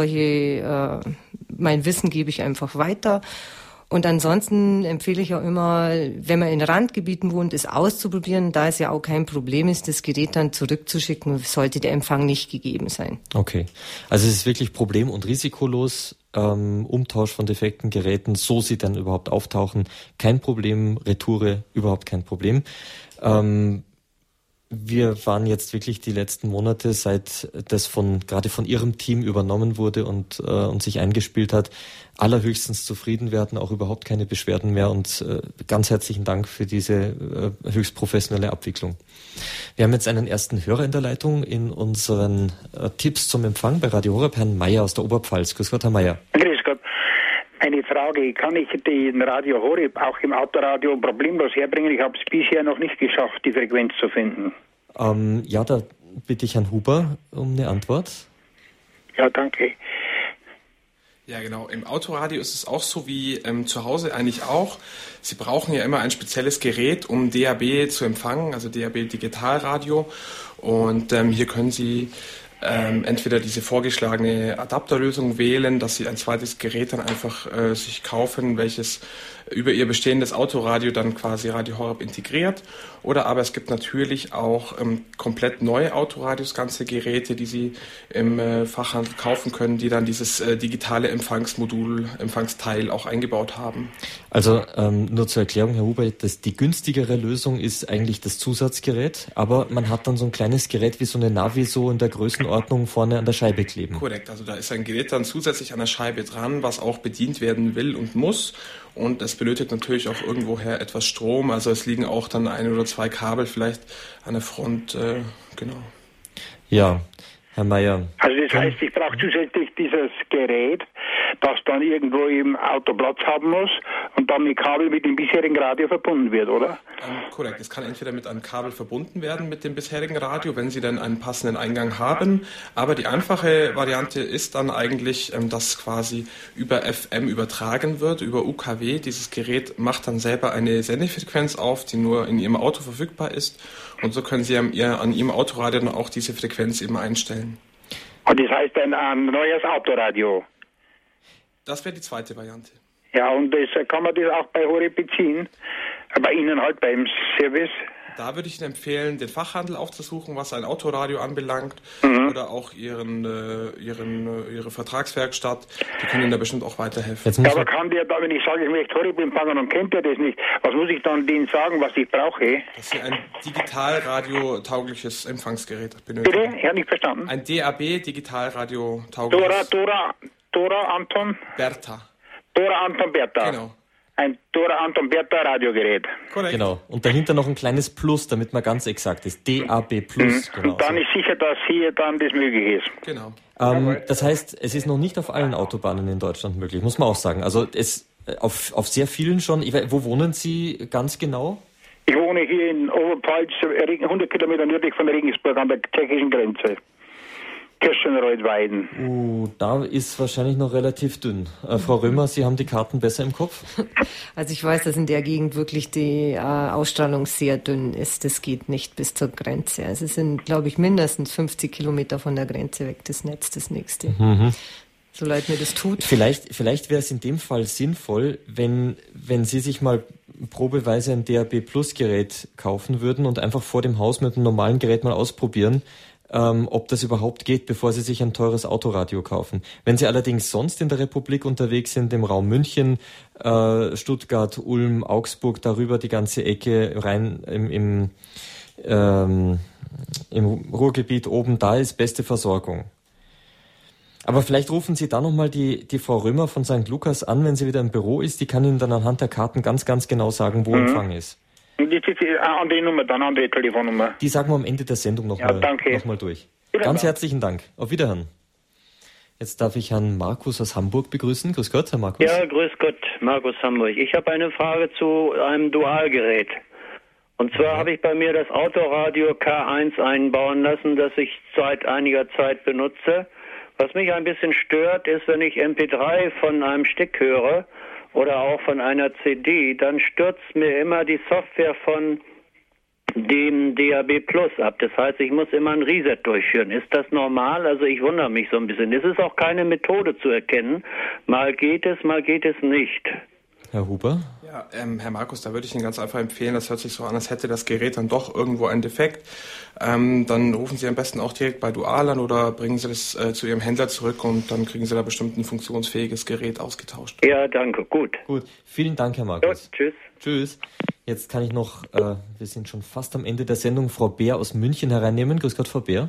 mein Wissen gebe ich einfach weiter. Und ansonsten empfehle ich auch immer, wenn man in Randgebieten wohnt, es auszuprobieren, da es ja auch kein Problem ist, das Gerät dann zurückzuschicken, sollte der Empfang nicht gegeben sein. Okay, also es ist wirklich problem- und risikolos, Umtausch von defekten Geräten, so sie dann überhaupt auftauchen, kein Problem, Retoure, überhaupt kein Problem. Wir waren jetzt wirklich die letzten Monate, seit das gerade von Ihrem Team übernommen wurde und sich eingespielt hat, allerhöchstens zufrieden. Wir hatten auch überhaupt keine Beschwerden mehr und ganz herzlichen Dank für diese höchst professionelle Abwicklung. Wir haben jetzt einen ersten Hörer in der Leitung in unseren Tipps zum Empfang bei Radio Horeb, Herrn Meier aus der Oberpfalz. Grüß Gott, Herr Meier. Grüß Gott. Eine Frage, kann ich den Radio Horeb auch im Autoradio problemlos herbringen? Ich habe es bisher noch nicht geschafft, die Frequenz zu finden. Ja, da bitte ich Herrn Huber um eine Antwort. Ja, danke. Ja, genau. Im Autoradio ist es auch so wie zu Hause eigentlich auch. Sie brauchen ja immer ein spezielles Gerät, um DAB zu empfangen, also DAB Digitalradio. Und hier können Sie entweder diese vorgeschlagene Adapterlösung wählen, dass Sie ein zweites Gerät dann einfach sich kaufen, welches über Ihr bestehendes Autoradio dann quasi Radio Horeb integriert. Oder aber es gibt natürlich auch komplett neue Autoradios, ganze Geräte, die Sie im Fachhandel kaufen können, die dann dieses digitale Empfangsteil auch eingebaut haben. Also nur zur Erklärung, Herr Huber, die günstigere Lösung ist eigentlich das Zusatzgerät, aber man hat dann so ein kleines Gerät wie so eine Navi so in der Größenordnung vorne an der Scheibe kleben. Korrekt, also da ist ein Gerät dann zusätzlich an der Scheibe dran, was auch bedient werden will und muss. Und es benötigt natürlich auch irgendwoher etwas Strom. Also es liegen auch dann 1 oder 2 Kabel vielleicht an der Front. Genau. Ja, Herr Meier. Also das heißt, ich brauche zusätzlich dieses Gerät, das dann irgendwo im Auto Platz haben muss und dann mit Kabel mit dem bisherigen Radio verbunden wird, oder? Korrekt. Es kann entweder mit einem Kabel verbunden werden mit dem bisherigen Radio, wenn Sie dann einen passenden Eingang haben. Aber die einfache Variante ist dann eigentlich, dass quasi über FM übertragen wird, über UKW. Dieses Gerät macht dann selber eine Sendefrequenz auf, die nur in Ihrem Auto verfügbar ist. Und so können Sie an Ihrem Autoradio dann auch diese Frequenz eben einstellen. Und das heißt ein neues Autoradio? Das wäre die zweite Variante. Ja, und kann man das auch bei Horeb beziehen? Bei Ihnen halt beim Service? Da würde ich Ihnen empfehlen, den Fachhandel aufzusuchen, was ein Autoradio anbelangt, oder auch Ihre Vertragswerkstatt. Die können Ihnen da bestimmt auch weiterhelfen. Ja, aber kann der da, wenn ich sage, ich möchte Horeb empfangen und kennt der das nicht, was muss ich dann denen sagen, was ich brauche? Dass Sie ein digitalradio-taugliches Empfangsgerät benötigen. Bitte? Ich habe nicht verstanden. Ein DAB-Digitalradio-taugliches. Dora Anton? Bertha. Dora Anton Bertha. Genau. Ein Dora Anton Bertha Radiogerät. Korrekt. Genau. Und dahinter noch ein kleines Plus, damit man ganz exakt ist. DAB+. Genau. Und dann ist sicher, dass hier dann das möglich ist. Genau. Das heißt, es ist noch nicht auf allen Autobahnen in Deutschland möglich, muss man auch sagen. Also es auf sehr vielen schon. Wo wohnen Sie ganz genau? Ich wohne hier in Oberpfalz, 100 Kilometer nördlich von Regensburg an der tschechischen Grenze. Kirschenreutweiden. Da ist wahrscheinlich noch relativ dünn. Frau Römer, Sie haben die Karten besser im Kopf? Also ich weiß, dass in der Gegend wirklich die Ausstrahlung sehr dünn ist. Das geht nicht bis zur Grenze. Also es sind, glaube ich, mindestens 50 Kilometer von der Grenze weg, das Netz, das nächste. So leid mir das tut. Vielleicht wäre es in dem Fall sinnvoll, wenn Sie sich mal probeweise ein DAB-Plus-Gerät kaufen würden und einfach vor dem Haus mit einem normalen Gerät mal ausprobieren, ob das überhaupt geht, bevor Sie sich ein teures Autoradio kaufen. Wenn Sie allerdings sonst in der Republik unterwegs sind, im Raum München, Stuttgart, Ulm, Augsburg, darüber die ganze Ecke rein im Ruhrgebiet oben, da ist beste Versorgung. Aber vielleicht rufen Sie da nochmal die Frau Römer von St. Lukas an, wenn sie wieder im Büro ist. Die kann Ihnen dann anhand der Karten ganz, ganz genau sagen, wo Empfang ist. An die Nummer, dann an die Telefonnummer. Die sagen wir am Ende der Sendung noch mal durch. Ganz herzlichen Dank. Auf Wiederhören. Jetzt darf ich Herrn Markus aus Hamburg begrüßen. Grüß Gott, Herr Markus. Ja, grüß Gott, Markus Hamburg. Ich habe eine Frage zu einem Dualgerät. Und zwar habe ich bei mir das Autoradio K1 einbauen lassen, das ich seit einiger Zeit benutze. Was mich ein bisschen stört, ist, wenn ich MP3 von einem Stick höre oder auch von einer CD, dann stürzt mir immer die Software von dem DAB Plus ab. Das heißt, ich muss immer ein Reset durchführen. Ist das normal? Also ich wundere mich so ein bisschen. Es ist auch keine Methode zu erkennen. Mal geht es nicht. Herr Huber? Ja, Herr Markus, da würde ich Ihnen ganz einfach empfehlen, das hört sich so an, als hätte das Gerät dann doch irgendwo einen Defekt. Dann rufen Sie am besten auch direkt bei Dual an oder bringen Sie das zu Ihrem Händler zurück und dann kriegen Sie da bestimmt ein funktionsfähiges Gerät ausgetauscht. Ja, danke. Gut. Vielen Dank, Herr Markus. Gut, tschüss. Tschüss. Jetzt kann ich noch, wir sind schon fast am Ende der Sendung, Frau Bär aus München hereinnehmen. Grüß Gott, Frau Bär.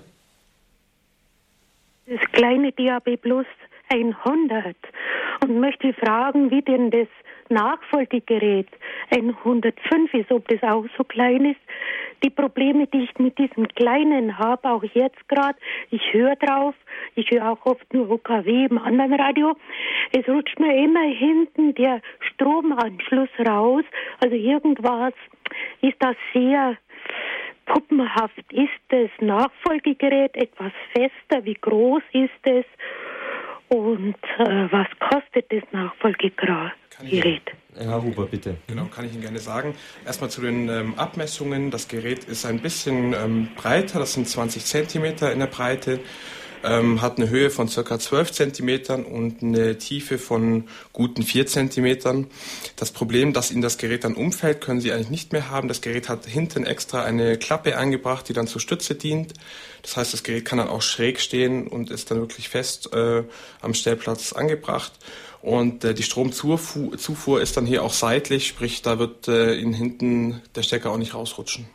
Das kleine DAB Plus 100 und möchte fragen, wie denn das Nachfolgegerät 105 ist, ob das auch so klein ist. Die Probleme, die ich mit diesem Kleinen habe, auch jetzt gerade, ich höre drauf, ich höre auch oft nur OKW im anderen Radio, es rutscht mir immer hinten der Stromanschluss raus, also irgendwas ist das sehr puppenhaft. Ist das Nachfolgegerät etwas fester? Wie groß ist es? Und was kostet das Nachfolgegerät? Herr Huber, bitte. Genau, kann ich Ihnen gerne sagen. Erstmal zu den Abmessungen. Das Gerät ist ein bisschen breiter, das sind 20 Zentimeter in der Breite, hat eine Höhe von ca. 12 Zentimetern und eine Tiefe von guten 4 Zentimetern. Das Problem, dass Ihnen das Gerät dann umfällt, können Sie eigentlich nicht mehr haben. Das Gerät hat hinten extra eine Klappe eingebracht, die dann zur Stütze dient. Das heißt, das Gerät kann dann auch schräg stehen und ist dann wirklich fest am Stellplatz angebracht. Und die Stromzufuhr ist dann hier auch seitlich, sprich, da wird Ihnen hinten der Stecker auch nicht rausrutschen.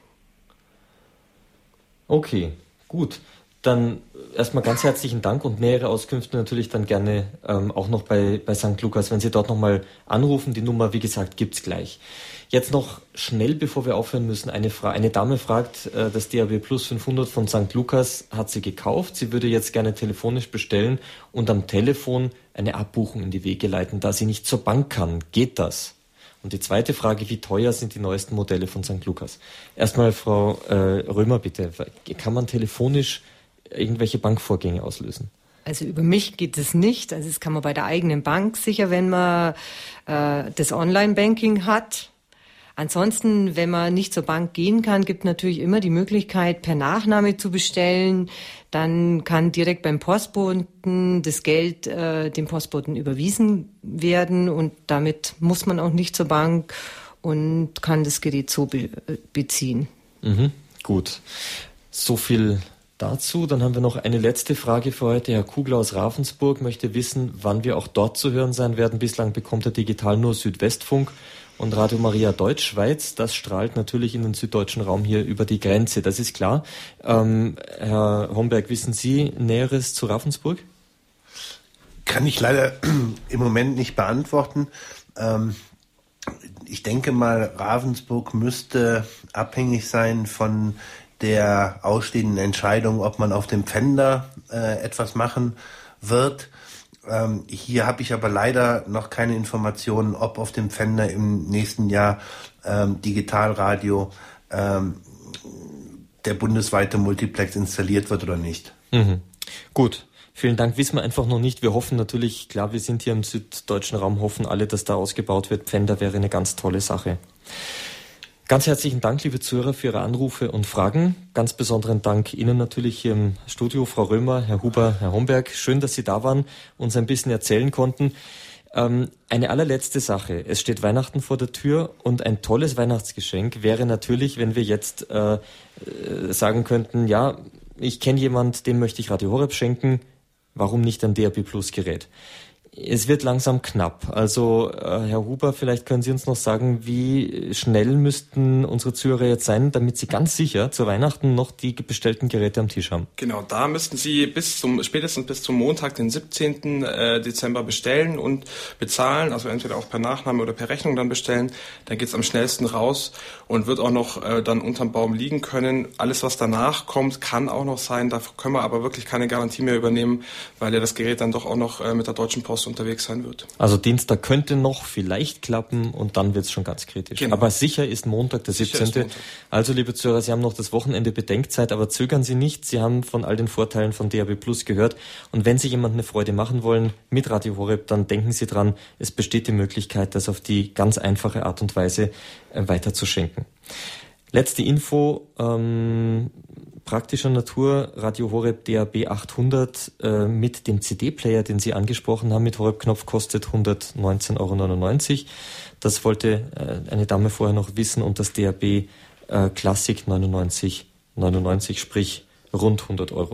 Okay, gut. Dann erstmal ganz herzlichen Dank und nähere Auskünfte natürlich dann gerne auch noch bei St. Lukas. Wenn Sie dort nochmal anrufen, die Nummer, wie gesagt, gibt's gleich. Jetzt noch schnell, bevor wir aufhören müssen, eine Dame fragt, das DAB Plus 500 von St. Lukas hat sie gekauft. Sie würde jetzt gerne telefonisch bestellen und am Telefon eine Abbuchung in die Wege leiten, da sie nicht zur Bank kann. Geht das? Und die zweite Frage, wie teuer sind die neuesten Modelle von St. Lukas? Erstmal Frau Römer, bitte. Kann man telefonisch irgendwelche Bankvorgänge auslösen? Also über mich geht es nicht. Also das kann man bei der eigenen Bank sicher, wenn man das Online-Banking hat. Ansonsten, wenn man nicht zur Bank gehen kann, gibt natürlich immer die Möglichkeit, per Nachname zu bestellen. Dann kann direkt beim Postboten das Geld dem Postboten überwiesen werden und damit muss man auch nicht zur Bank und kann das Gerät so beziehen. Gut, so viel dazu. Dann haben wir noch eine letzte Frage für heute. Herr Kugler aus Ravensburg möchte wissen, wann wir auch dort zu hören sein werden. Bislang bekommt er digital nur Südwestfunk. Und Radio Maria Deutschschweiz, das strahlt natürlich in den süddeutschen Raum hier über die Grenze, das ist klar. Herr Homberg, wissen Sie Näheres zu Ravensburg? Kann ich leider im Moment nicht beantworten. Ich denke mal, Ravensburg müsste abhängig sein von der ausstehenden Entscheidung, ob man auf dem Pfänder etwas machen wird. Hier habe ich aber leider noch keine Informationen, ob auf dem Pfänder im nächsten Jahr Digitalradio der bundesweite Multiplex installiert wird oder nicht. Mhm. Gut. Vielen Dank, wissen wir einfach noch nicht. Wir hoffen natürlich, klar, wir sind hier im süddeutschen Raum, hoffen alle, dass da ausgebaut wird. Pfänder wäre eine ganz tolle Sache. Ganz herzlichen Dank, liebe Zuhörer, für Ihre Anrufe und Fragen. Ganz besonderen Dank Ihnen natürlich hier im Studio, Frau Römer, Herr Huber, Herr Homberg. Schön, dass Sie da waren, uns ein bisschen erzählen konnten. Eine allerletzte Sache. Es steht Weihnachten vor der Tür und ein tolles Weihnachtsgeschenk wäre natürlich, wenn wir jetzt sagen könnten, ja, ich kenne jemand, dem möchte ich Radio Horeb schenken. Warum nicht ein DAB+ Gerät? Es wird langsam knapp. Also, Herr Huber, vielleicht können Sie uns noch sagen, wie schnell müssten unsere Zuhörer jetzt sein, damit sie ganz sicher zu Weihnachten noch die bestellten Geräte am Tisch haben? Genau, da müssten Sie spätestens bis zum Montag, den 17. Dezember bestellen und bezahlen, also entweder auch per Nachname oder per Rechnung dann bestellen. Dann geht's am schnellsten raus und wird auch noch dann unterm Baum liegen können. Alles, was danach kommt, kann auch noch sein. Da können wir aber wirklich keine Garantie mehr übernehmen, weil ja das Gerät dann doch auch noch mit der Deutschen Post unterwegs sein wird. Also Dienstag könnte noch vielleicht klappen und dann wird es schon ganz kritisch. Genau. Aber sicher ist Montag, der 17. Montag. Also, liebe Zuhörer, Sie haben noch das Wochenende Bedenkzeit, aber zögern Sie nicht. Sie haben von all den Vorteilen von DAB+ gehört. Und wenn Sie jemandem eine Freude machen wollen mit Radio Horeb, dann denken Sie dran, es besteht die Möglichkeit, das auf die ganz einfache Art und Weise weiterzuschenken. Letzte Info, praktischer Natur, Radio Horeb DAB 800 mit dem CD-Player, den Sie angesprochen haben, mit Horeb-Knopf kostet 119,99 €. Das wollte eine Dame vorher noch wissen und das DAB Classic 99,99, sprich rund 100 €.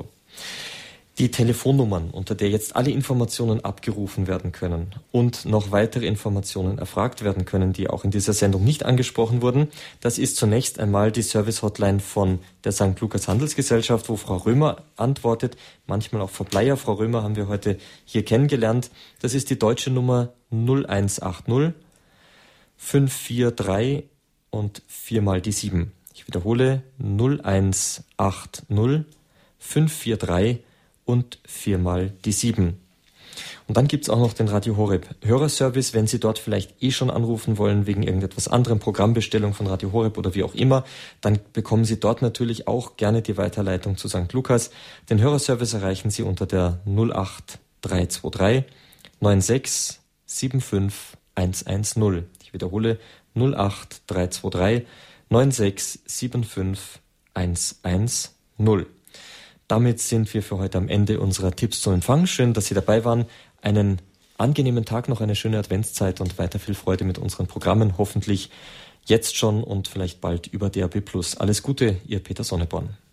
Die Telefonnummern, unter der jetzt alle Informationen abgerufen werden können und noch weitere Informationen erfragt werden können, die auch in dieser Sendung nicht angesprochen wurden, das ist zunächst einmal die Service-Hotline von der St. Lukas Handelsgesellschaft, wo Frau Römer antwortet, manchmal auch Frau Bleier. Frau Römer haben wir heute hier kennengelernt. Das ist die deutsche Nummer 0180 543 und 4 mal die 7. Ich wiederhole 0180 543 und 4 mal die 7. Und dann gibt's auch noch den Radio Horeb Hörerservice, wenn Sie dort vielleicht schon anrufen wollen, wegen irgendetwas anderem, Programmbestellung von Radio Horeb oder wie auch immer, dann bekommen Sie dort natürlich auch gerne die Weiterleitung zu St. Lukas. Den Hörerservice erreichen Sie unter der 08323 96 75 110. Ich wiederhole 08323 96 75 110. Damit sind wir für heute am Ende unserer Tipps zum Empfang. Schön, dass Sie dabei waren. Einen angenehmen Tag noch, eine schöne Adventszeit und weiter viel Freude mit unseren Programmen. Hoffentlich jetzt schon und vielleicht bald über DAB+. Alles Gute, Ihr Peter Sonneborn.